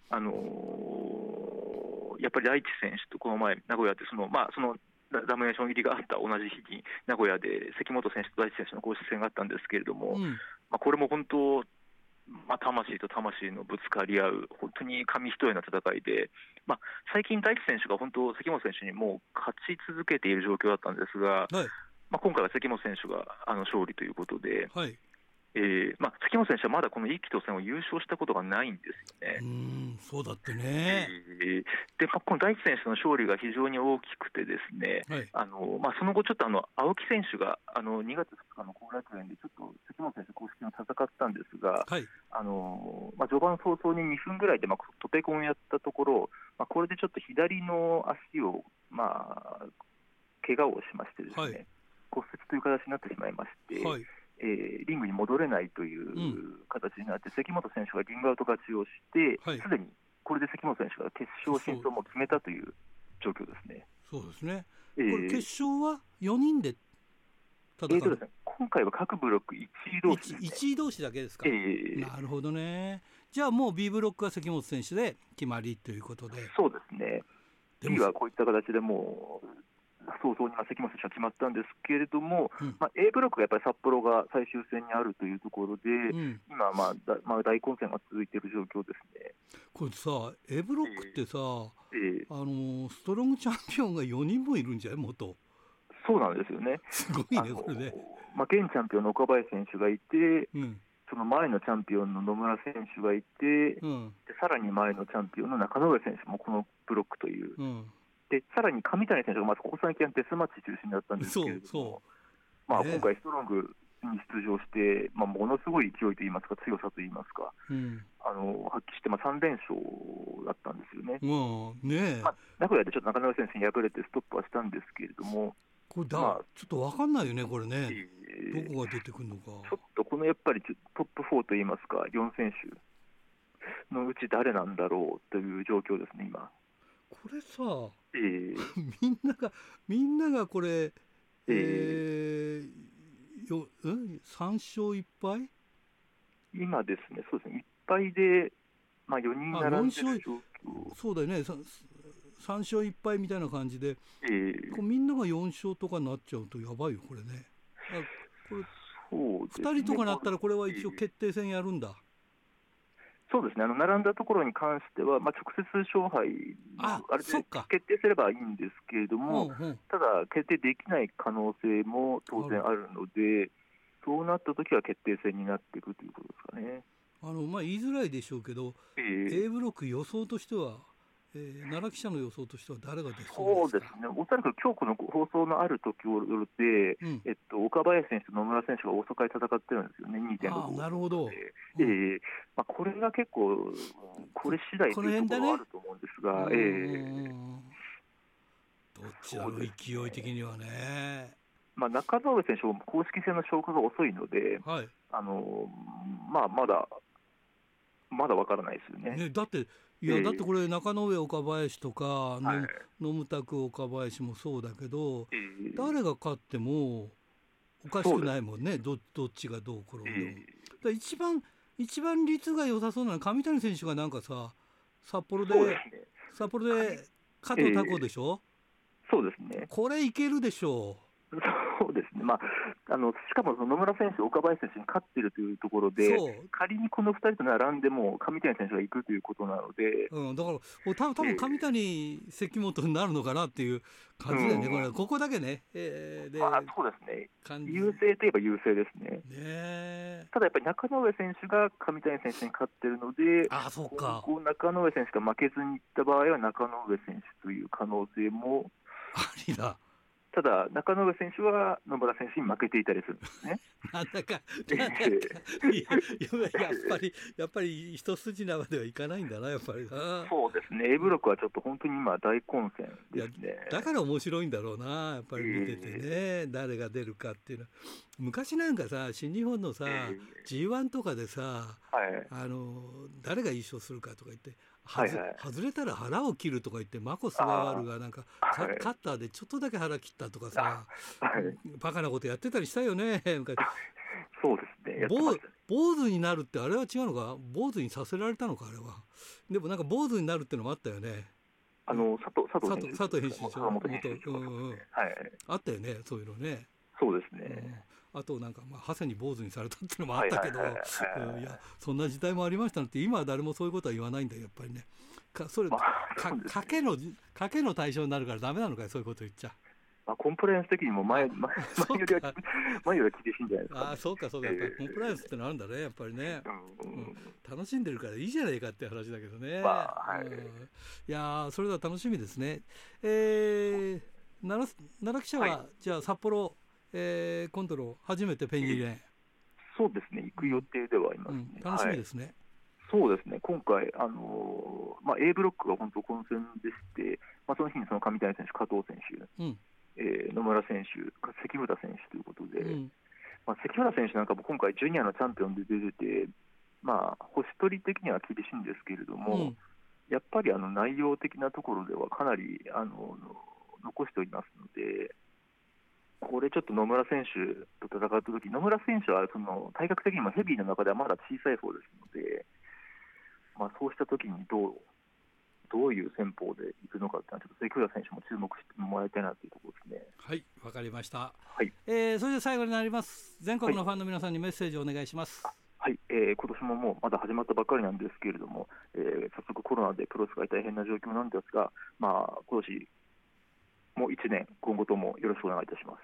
やっぱり大地選手とこの前名古屋でダムネーション入りがあった同じ日に名古屋で関本選手と大地選手の公式戦があったんですけれども、これも本当魂と魂のぶつかり合う本当に紙一重な戦いで、最近大地選手が本当関本選手にもう勝ち続けている状況だったんですが、今回は関本選手が勝利ということで、関本選手はまだこの壱岐当選を優勝したことがないんですよね。 そうだってね。 でこの大地選手の勝利が非常に大きくてですね、その後ちょっと青木選手が2月2日の後楽園でちょっと関本選手公式戦を戦ったんですが、序盤早々に2分ぐらいでトペコンをやったところ、これでちょっと左の足を怪我をしましてですね、骨折という形になってしまいまして、リングに戻れないという形になって、関本選手がリングアウト勝ちをして、すでにこれで関本選手が決勝進出をも決めたという状況ですね。 そうですね。これ決勝は4人で戦う。 今回は各ブロック1位同士ですね。 1位同士だけですか。なるほどね。じゃあもう B ブロックは関本選手で決まりということで。 そうですね。B はこういった形でもう早々に関本選手は決まったんですけれども、A ブロックがやっぱり札幌が最終戦にあるというところで、今大混戦が続いている状況ですね。 これさ A ブロックってさ、ストロングチャンピオンが4人もいるんじゃない元。 そうなんですよね。 すごいねこれね。 現チャンピオンの岡林選手がいて、その前のチャンピオンの野村選手がいて、でさらに前のチャンピオンの中野上選手もこのブロックという。でさらに上谷選手がここ最近はデスマッチ中心だったんですけれども、今回ストロングに出場して、ものすごい勢いといいますか強さといいますか、発揮して3連勝だったんですよね。名古屋でちょっと中野選手に敗れてストップはしたんですけれども、 これちょっと分かんないよねこれね、どこが出てくるのか。 ちょっとこのやっぱりトップ4といいますか4選手のうち誰なんだろうという状況ですね今。 これさ、みんながこれ、3勝1敗今ですね。そうですね、1敗で、4人並んでる状況。 そうだよね、3勝1敗みたいな感じで、みんなが4勝とかになっちゃうとやばいよこれね。これそうですね、2人とかなったらこれは一応決定戦やるんだ。 そうですね、並んだところに関しては、直接勝敗あれで決定すればいいんですけれども、ただ、決定できない可能性も当然あるので、そうなったときは決定戦になっていくということですかね。 言いづらいでしょうけど、A ブロック予想としては、奈良記者の予想としては誰が出そうですか？ そうですね、おそらく今日この放送のあるときで、岡林選手と野村選手が大阪で戦ってるんですよね、2.6。 なるほど。 これが結構、これ次第というところはあると思うんですが、 どっちだろう、勢い的にはね。 中上選手も公式戦の消化が遅いので、まだ分からないですよね。 だってこれ中上岡林とか野村拓岡林もそうだけど、誰が勝ってもおかしくないもんね。どっちがどう転んでも。一番率が良さそうなのは上谷選手がなんかさ、札幌で加藤拓でしょ。 そうですね。 これいけるでしょう。 そうですね、しかも野村選手、岡林選手に勝っているというところで、仮にこの2人と並んでも上谷選手が行くということなので、 だから多分上谷、関本になるのかなっていう感じだよね、ここだけね。 そうですね、優勢といえば優勢ですね。ただやっぱり中上選手が上谷選手に勝っているので、中上選手が負けずにいった場合は中上選手という可能性もありだ。 ただ中上選手は野村選手に負けていたりするんですね。 やっぱり一筋縄ではいかないんだな、やっぱりな。 そうですね、A ブロックはちょっと本当に今大混戦ですね。 だから面白いんだろうな、やっぱり見ててね、誰が出るかっていうのは。昔なんかさ、新日本のさ、G1 とかでさ、誰が優勝するかとか言って、外れたら腹を切るとか言って、マコスワールがなんかカッターでちょっとだけ腹切ったとかさ、バカなことやってたりしたよね。 そうですね。 坊主になるってあれは違うのか、坊主にさせられたのか、あれは。でもなんか坊主になるってのもあったよね。 佐藤編集長あったよね、そういうのね。 そうですね。 あとなんかハセに坊主にされたっていうのもあったけど、そんな時代もありましたのって、今は誰もそういうことは言わないんだよ、やっぱりね。それ賭けの対象になるからダメなのかよ、そういうこと言っちゃ。 コンプライアンス的にも前よりは厳しいんじゃないですか。 そうか、コンプライアンスってのあるんだね、やっぱりね。楽しんでるからいいじゃないかって話だけどね。いや、それでは楽しみですね。奈良記者はじゃあ札幌今度の初めてペンギン連、 そうですね、行く予定ではいますね。 楽しみですね。 そうですね、今回A ブロックが本当混戦でして、その日にその上谷選手、加藤選手、野村選手、関村選手ということで、関村選手なんかも今回ジュニアのチャンピオンで出てて、星取り的には厳しいんですけれども、やっぱり内容的なところではかなり残しておりますので、これちょっと野村選手と戦ったとき、野村選手はその体格的にもヘビーの中ではまだ小さい方ですので、そうしたときにどういう戦法でいくのかっていうのは、ちょっと関浦選手も注目してもらいたいなというところですね。 はい、わかりました。それで最後になります。全国のファンの皆さんにメッセージをお願いします。 今年ももうまだ始まったばっかりなんですけれども、早速コロナでプロレスが大変な状況なんですが、今年も1年今後ともよろしくお願いいたします。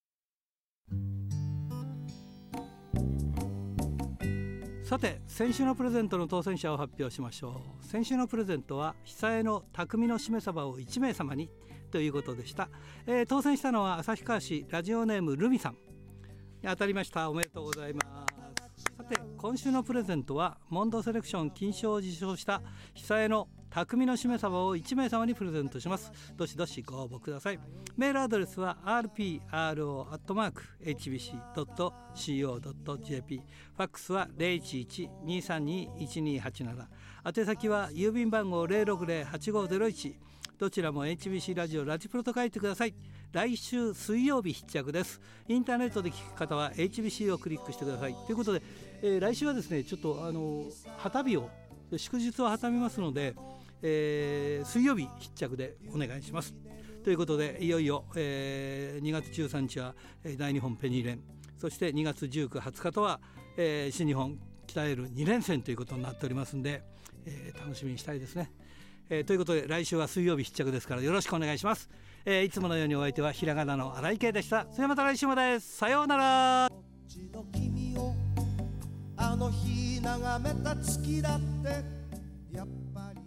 さて、先週のプレゼントの当選者を発表しましょう。先週のプレゼントは久江の匠のしめ鯖を1名様にということでした。当選したのは旭川市ラジオネームルミさん、当たりました。おめでとうございます。さて、今週のプレゼントはモンドセレクション金賞を受賞した久江の匠のしめ鯖を1名様にプレゼントします。どしどしご応募ください。メールアドレスは rpro@hbc.co.jp、 ファックスは 011-232-1287、 宛先は郵便番号 060-8501、 どちらも HBC ラジオラジプロと書いてください。来週水曜日必着です。インターネットで聞く方は HBC をクリックしてくださいということで、来週はですね、ちょっと旗日を祝日を挟みますので、水曜日必着でお願いしますということで、いよいよ、2月13日は大日本ペニー連、そして2月19、20日とは、新日本鍛える2連戦ということになっておりますんで、楽しみにしたいですね。ということで来週は水曜日必着ですからよろしくお願いします。いつものようにお相手はひらがなの新井圭でした。それではまた来週まで。さようなら。君をあの日眺めた月だってやっぱり